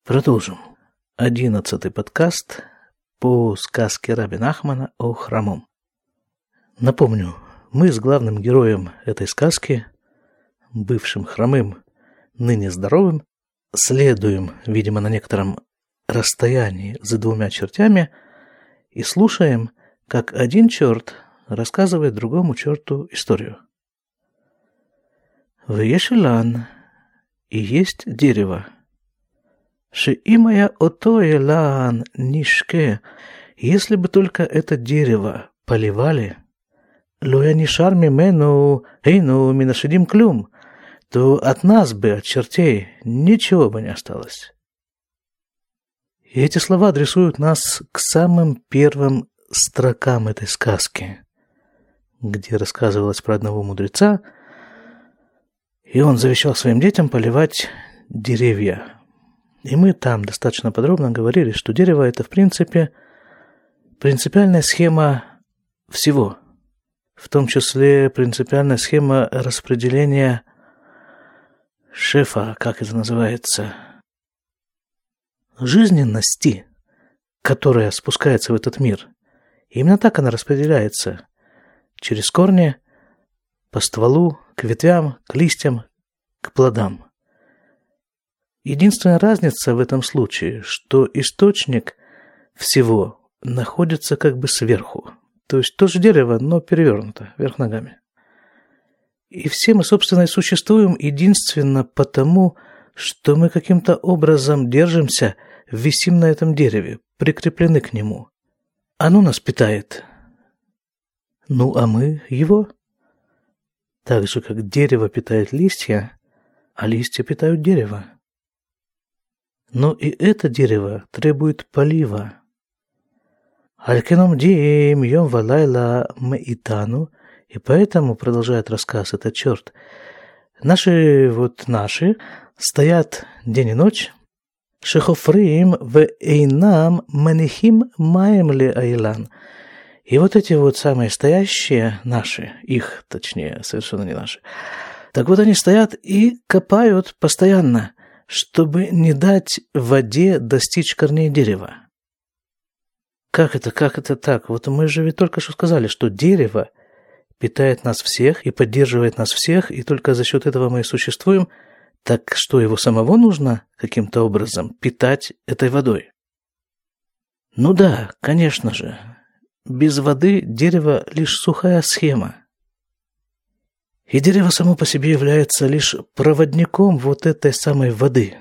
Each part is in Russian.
Продолжим. 11-й подкаст по сказке Раби Нахмана о хромом. Напомню, мы с главным героем этой сказки, бывшим хромым, ныне здоровым, следуем, видимо, на некотором расстоянии за двумя чертями и слушаем, как один черт рассказывает другому черту историю. «Вешелан, и есть дерево. Шеимая отое лаан нишке, если бы только это дерево поливали, лоя нишар мимену эйну минашидим клюм, то от нас бы, от чертей, ничего бы не осталось». И эти слова адресуют нас к самым первым строкам этой сказки, где рассказывалось про одного мудреца, и он завещал своим детям поливать деревья. И мы там достаточно подробно говорили, что дерево – это, в принципе, принципиальная схема всего, в том числе принципиальная схема распределения шефа, как это называется, жизненности, которая спускается в этот мир. И именно так она распределяется через корни, по стволу, к ветвям, к листьям, к плодам. Единственная разница в этом случае, что источник всего находится как бы сверху. То есть то же дерево, но перевернуто вверх ногами. И все мы, собственно, и существуем единственно потому, что мы каким-то образом держимся, висим на этом дереве, прикреплены к нему. Оно нас питает. Ну, а мы его. Так же, как дерево питает листья, а листья питают дерево. Но и это дерево требует полива. «Алькеном диим йом валайла меитану», и поэтому, продолжает рассказ этот черт, наши стоят день и ночь, «шехофрим в эйнам манихим маем ле айлан». И вот эти вот самые стоящие наши, их, точнее, совершенно не наши, так вот они стоят и копают постоянно, чтобы не дать воде достичь корней дерева. Как это так? Вот мы же ведь только что сказали, что дерево питает нас всех и поддерживает нас всех, и только за счет этого мы и существуем. Так что его самого нужно каким-то образом питать этой водой? Ну да, конечно же. Без воды дерево лишь сухая схема. И дерево само по себе является лишь проводником вот этой самой воды.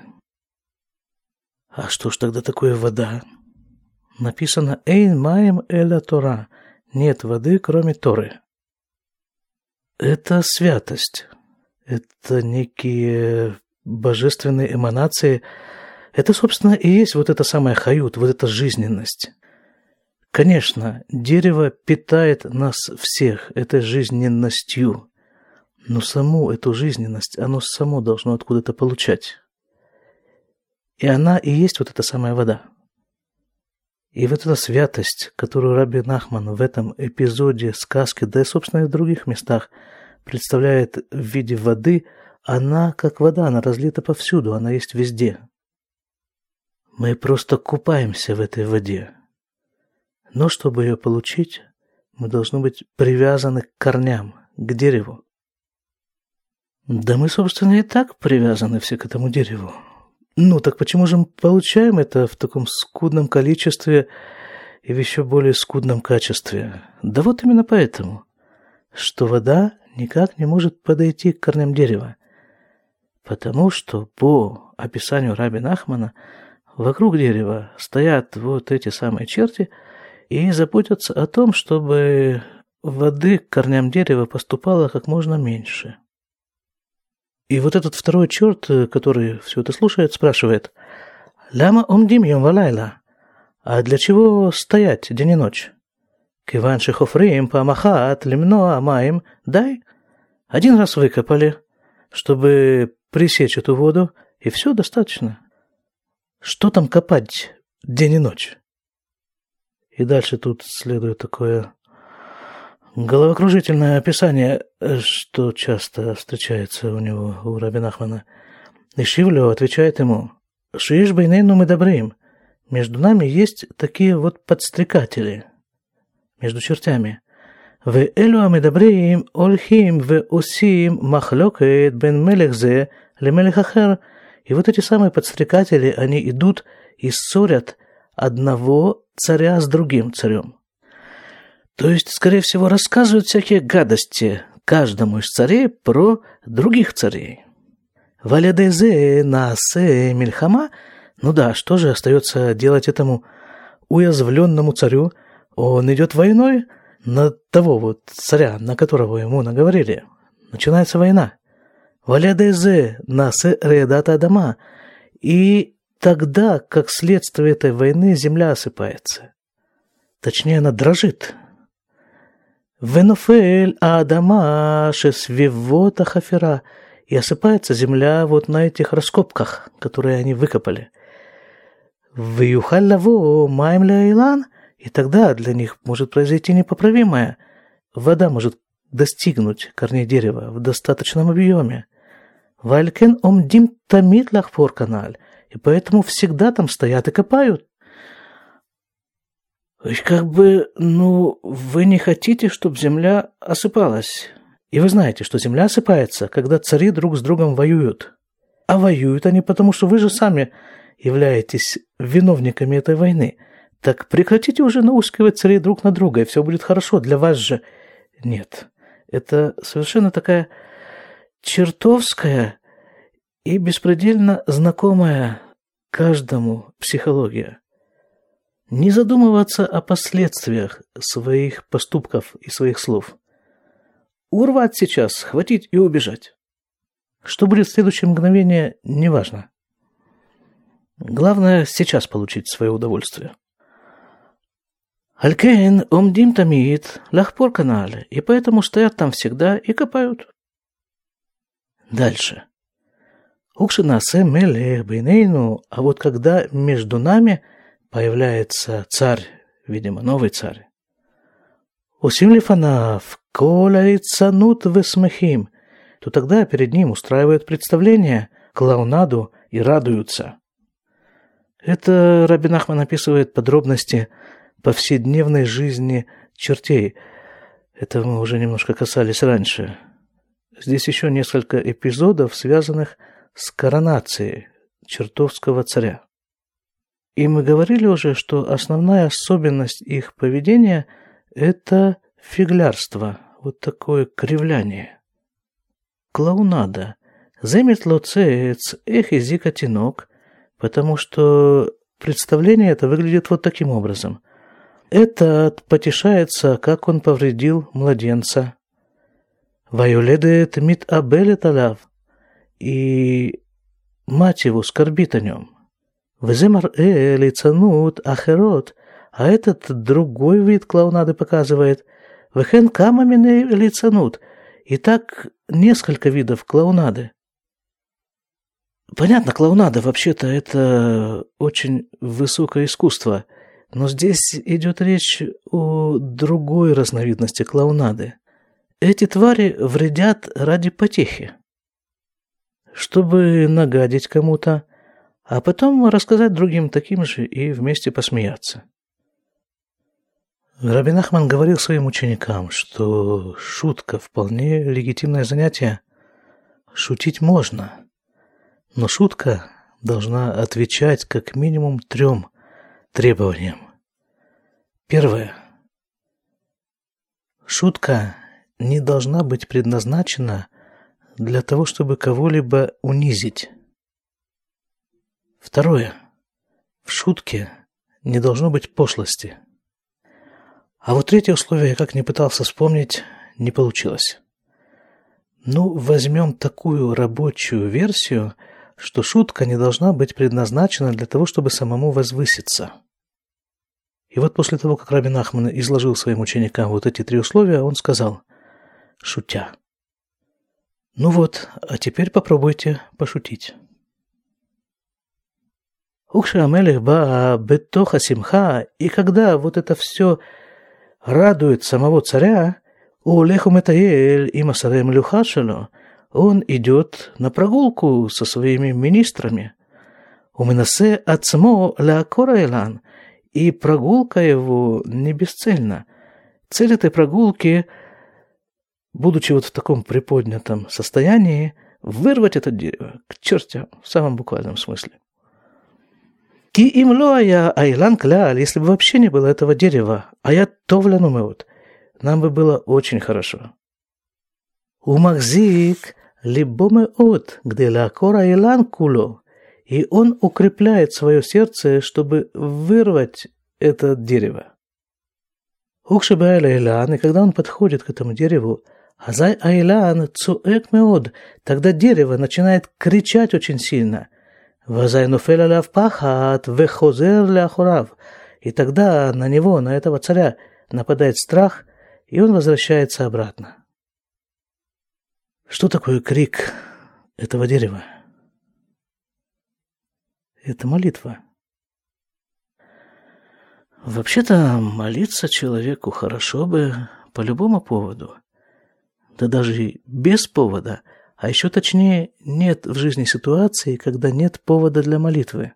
А что ж тогда такое вода? Написано «Эйн маем эля Тора» – нет воды, кроме Торы. Это святость. Это некие божественные эманации. Это, собственно, и есть вот эта самая хают, вот эта жизненность. Конечно, дерево питает нас всех этой жизненностью. Но саму эту жизненность оно само должно откуда-то получать. И она и есть вот эта самая вода. И вот эта святость, которую Раби Нахман в этом эпизоде сказки, да и, собственно, и в других местах представляет в виде воды, она как вода, она разлита повсюду, она есть везде. Мы просто купаемся в этой воде. Но чтобы ее получить, мы должны быть привязаны к корням, к дереву. Да мы, собственно, и так привязаны все к этому дереву. Ну, так почему же мы получаем это в таком скудном количестве и в еще более скудном качестве? Да вот именно поэтому, что вода никак не может подойти к корням дерева. Потому что, по описанию Раби Нахмана, вокруг дерева стоят вот эти самые черти и заботятся о том, чтобы воды к корням дерева поступало как можно меньше. И вот этот второй черт, который все это слушает, спрашивает: «Ляма омдим йом валайла?» А для чего стоять день и ночь? «Киван шехофриим памахат лимноа маим». Дай. Один раз выкопали, чтобы пресечь эту воду, и все достаточно. Что там копать день и ночь? И дальше тут следует такое головокружительное описание, что часто встречается у него, у Раби Нахмана. И Шивлю отвечает ему: шииш бейнейну медабрим. Между нами есть такие вот подстрекатели, между чертями. ואלו המדברים הולכים ועושים מחלוקת בין מלך זה למלך אחר. И вот эти самые подстрекатели, они идут и ссорят одного царя с другим царем. То есть, скорее всего, рассказывают всякие гадости каждому из царей про других царей. Валядезе наасе мильхама. Ну да, что же остается делать этому уязвленному царю? Он идет войной на того вот царя, на которого ему наговорили. Начинается война. Валядезе наасе редата адама. И тогда, как следствие этой войны, земля осыпается. Точнее, она дрожит. Венофель адама шесвивота хафера. И осыпается земля вот на этих раскопках, которые они выкопали. Вьюхаллаво маем ляйлан. И тогда для них может произойти непоправимое. Вода может достигнуть корней дерева в достаточном объеме. Валькен омдим тамит лахфор каналь. И поэтому всегда там стоят и копают. То есть вы не хотите, чтобы земля осыпалась. И вы знаете, что земля осыпается, когда цари друг с другом воюют. А воюют они потому, что вы же сами являетесь виновниками этой войны. Так прекратите уже наускивать царей друг на друга, и все будет хорошо. Для вас же нет. Это совершенно такая чертовская и беспредельно знакомая каждому психология. Не задумываться о последствиях своих поступков и своих слов. Урвать сейчас, схватить и убежать. Что будет в следующее мгновение, неважно. Главное сейчас получить свое удовольствие. Алькейн омдим тамид лахпор канале, и поэтому стоят там всегда и копают. Дальше. Укшинасе мелех бейнейну, а вот когда между нами появляется царь, видимо, новый царь. Усим лифанав кола лицанут весмехим, то тогда перед ним устраивают представление, клоунаду и радуются. Это Раби Нахман описывает подробности повседневной жизни чертей. Это мы уже немножко касались раньше. Здесь еще несколько эпизодов, связанных с коронацией чертовского царя. И мы говорили уже, что основная особенность их поведения – это фиглярство, вот такое кривляние. Клоунада. Земет лоцец эхизика тинок, потому что представление это выглядит вот таким образом. Этот потешается, как он повредил младенца. Вайоледет мит абелет алав, и мать его скорбит о нем. Веземар лицанут ахерот, а этот другой вид клоунады показывает. Вехен камамине лицанут, и так несколько видов клоунады. Понятно, клоунада вообще-то это очень высокое искусство, но здесь идет речь о другой разновидности клоунады. Эти твари вредят ради потехи, чтобы нагадить кому-то, а потом рассказать другим таким же и вместе посмеяться. Раби Нахман говорил своим ученикам, что шутка вполне легитимное занятие. Шутить можно, но шутка должна отвечать как минимум 3 требованиям. Первое. Шутка не должна быть предназначена для того, чтобы кого-либо унизить. Второе. В шутке не должно быть пошлости. А вот 3 условие, я как ни пытался вспомнить, не получилось. Возьмем такую рабочую версию, что шутка не должна быть предназначена для того, чтобы самому возвыситься. И вот после того, как Раби Нахман изложил своим ученикам вот эти 3 условия, он сказал, шутя: а теперь попробуйте пошутить. Укша амелех ба бетоха симха, и когда вот это все радует самого царя, улеху метаэль и масарем люхашело, он идет на прогулку со своими министрами. Уминасе ацмо леакора элан. И прогулка его не бесцельна. Цель этой прогулки, будучи вот в таком приподнятом состоянии, вырвать это дерево к чертям в самом буквальном смысле. Ки имло я айлан кляль, если бы вообще не было этого дерева, а я товляну меот, нам бы было очень хорошо. Умахзик либо меот, где леакора айлан куло. И он укрепляет свое сердце, чтобы вырвать это дерево. Укшибайла Айлан, и когда он подходит к этому дереву, Азай Айлан цуэк меод, тогда дерево начинает кричать очень сильно. Вазай нуфеля ляв пахат, вехозер ляхурав. И тогда на него, на этого царя, нападает страх, и он возвращается обратно. Что такое крик этого дерева? Это молитва. Вообще-то молиться человеку хорошо бы по любому поводу. Да даже и без повода. А еще точнее, нет в жизни ситуации, когда нет повода для молитвы.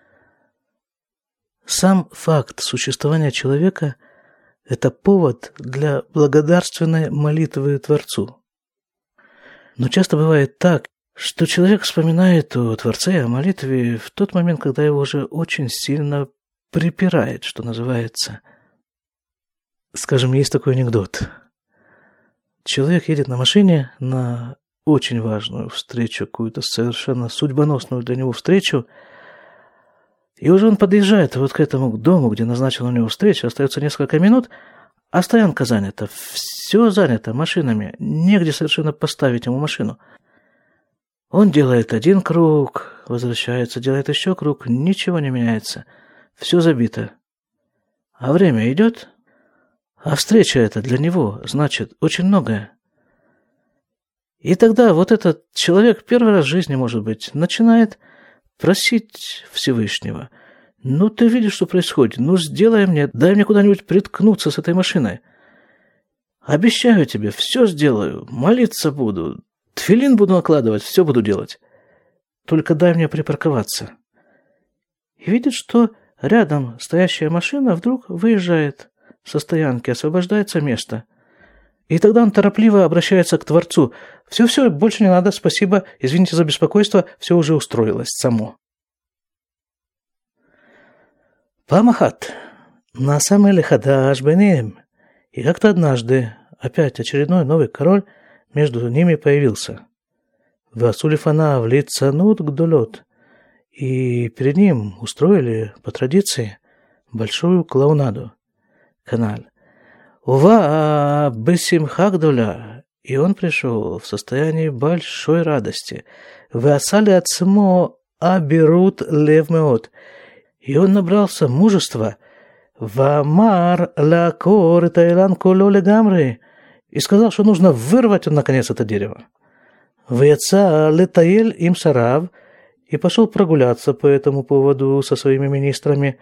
Сам факт существования человека – это повод для благодарственной молитвы Творцу. Но часто бывает так, что человек вспоминает о Творце и о молитве в тот момент, когда его уже очень сильно припирает, что называется. Скажем, есть такой анекдот. Человек едет на машине на очень важную встречу, какую-то совершенно судьбоносную для него встречу, и уже он подъезжает вот к этому дому, где назначена у него встреча, остается несколько минут, а стоянка занята, все занято машинами, негде совершенно поставить ему машину. Он делает один круг, возвращается, делает еще круг, ничего не меняется. Все забито. А время идет, а встреча эта для него значит очень многое. И тогда вот этот человек первый раз в жизни, может быть, начинает просить Всевышнего. Ну, ты видишь, что происходит, ну, сделай мне, дай мне куда-нибудь приткнуться с этой машиной. Обещаю тебе, все сделаю, молиться буду, тфилин буду накладывать, все буду делать. Только дай мне припарковаться. И видит, что рядом стоящая машина вдруг выезжает со стоянки, освобождается место. И тогда он торопливо обращается к Творцу. Все, больше не надо, спасибо, извините за беспокойство, все уже устроилось само. Памахат, на самый лихадаш бенеем. И как-то однажды опять очередной новый король между ними появился. Васулифана в лицанут гдулот. И перед ним устроили, по традиции, большую клоунаду. Каналь. Ува бесимха гдуля. И он пришел в состоянии большой радости. Васали ацмо аберут левмеот. И он набрался мужества. Вамар лакор тайлан коло легамри. И сказал, что нужно вырвать, наконец, это дерево. Вяца летаэль им сарав. И пошел прогуляться по этому поводу со своими министрами.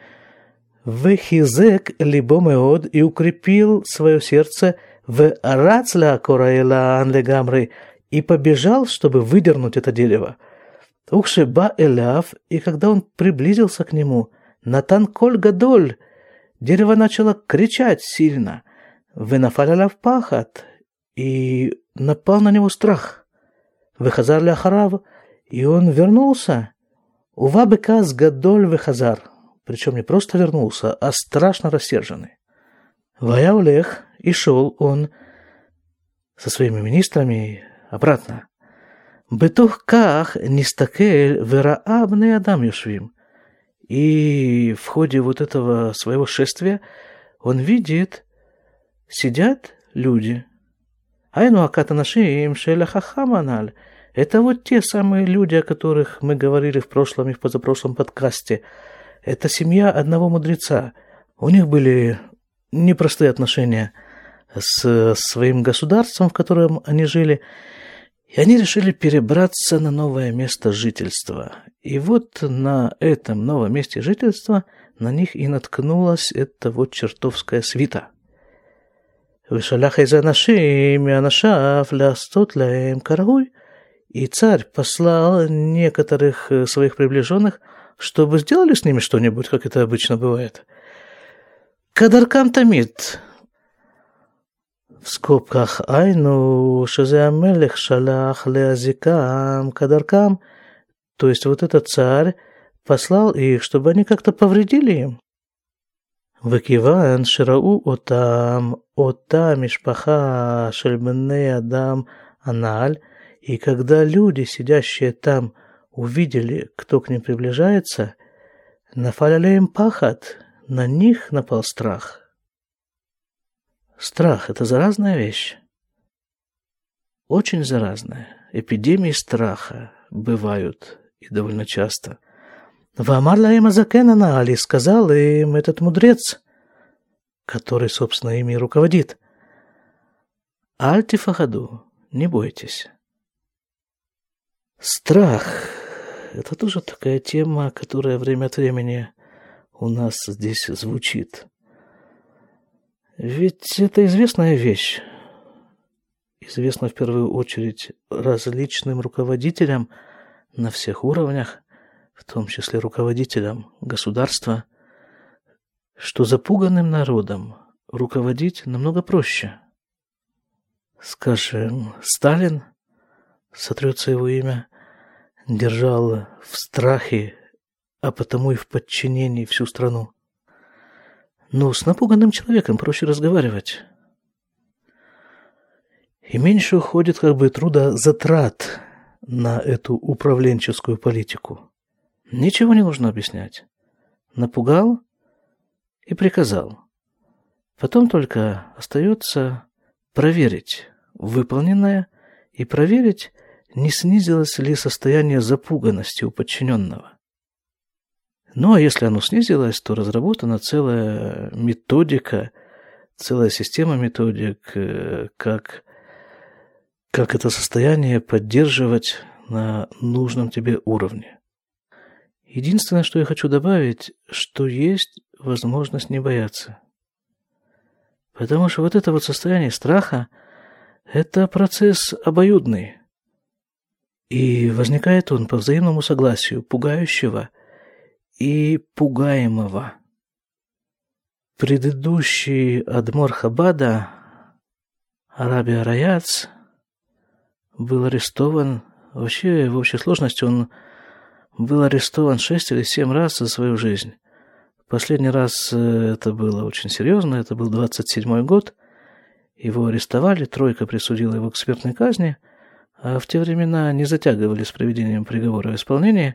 Вехизек либомеод. И укрепил свое сердце. В рацля кораэлан легамри. И побежал, чтобы выдернуть это дерево. Ухшеба эляв, и когда он приблизился к нему, Натан коль гадоль, дерево начало кричать сильно, венафаляв пахат, и напал на него страх. Вехазар ляхарав, и он вернулся. Ува беказ гадоль вехазар, причем не просто вернулся, а страшно рассерженный. Ваяулех, и шел он со своими министрами обратно. Бетух ках нистакель верааб не адам юшвим. И в ходе вот этого своего шествия он видит, сидят люди. Айну аката нашим шеля хахаманаль. Это вот те самые люди, о которых мы говорили в прошлом и в позапрошлом подкасте. Это семья одного мудреца. У них были непростые отношения с своим государством, в котором они жили. И они решили перебраться на новое место жительства. И вот на этом новом месте жительства на них и наткнулась эта вот чертовская свита. «Вышалях из анашим и анашав лястот лаэм каргуй». И царь послал некоторых своих приближенных, чтобы сделали с ними что-нибудь, как это обычно бывает. Кадаркам тамид. В скобках айну шезе амелех шалах леазикам кадаркам. То есть вот этот царь послал их, чтобы они как-то повредили им. Векиван ширау отам ота мишпаха шельбней адам аналь. И когда люди, сидящие там, увидели, кто к ним приближается, нафаляли им пахат, на них напал страх. Страх – это заразная вещь. Очень заразная. Эпидемии страха бывают и довольно часто. Ваамар лаэм азакен анааль, сказал им этот мудрец, который, собственно, ими руководит. Аль тифахаду, не бойтесь. Страх – это тоже такая тема, которая время от времени у нас здесь звучит. Ведь это известная вещь. Известна в первую очередь различным руководителям на всех уровнях, в том числе руководителям государства, что запуганным народом руководить намного проще. Скажем, Сталин, сотрется его имя, держал в страхе, а потому и в подчинении всю страну. Но с напуганным человеком проще разговаривать. И меньше уходит трудозатрат на эту управленческую политику. Ничего не нужно объяснять. Напугал и приказал. Потом только остается проверить выполненное и проверить, не снизилось ли состояние запуганности у подчиненного. Ну, а если оно снизилось, то разработана целая методика, целая система методик, как это состояние поддерживать на нужном тебе уровне. Единственное, что я хочу добавить, что есть возможность не бояться. Потому что вот это вот состояние страха – это процесс обоюдный. И возникает он по взаимному согласию пугающего и пугаемого. Предыдущий адмор Хабада, Раби Араяц, был арестован, вообще в общей сложности он был арестован 6 или 7 раз за свою жизнь. Последний раз это было очень серьезно, это был 27-й год. Его арестовали, тройка присудила его к смертной казни, а в те времена не затягивали с проведением приговора в исполнении.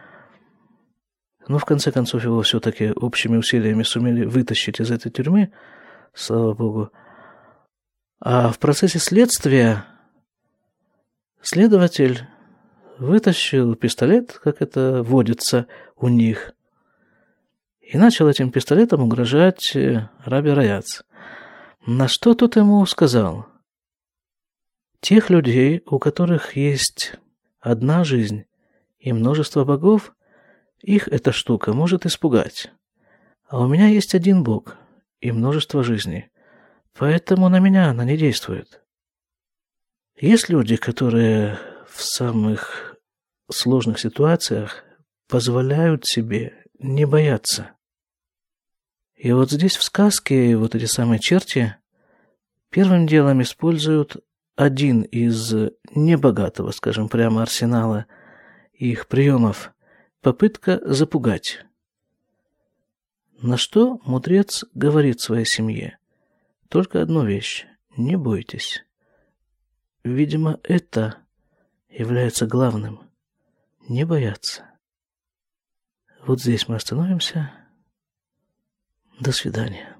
Но в конце концов его все-таки общими усилиями сумели вытащить из этой тюрьмы, слава Богу. А в процессе следствия следователь вытащил пистолет, как это водится у них, и начал этим пистолетом угрожать Раби Араяц. На что тот ему сказал: тех людей, у которых есть одна жизнь и множество богов, их эта штука может испугать. А у меня есть один Бог и множество жизней, поэтому на меня она не действует. Есть люди, которые в самых сложных ситуациях позволяют себе не бояться. И вот здесь в сказке вот эти самые черти первым делом используют один из небогатого, скажем прямо, арсенала их приемов – попытка запугать. На что мудрец говорит своей семье: только одну вещь – не бойтесь. Видимо, это является главным – не бояться. Вот здесь мы остановимся. До свидания.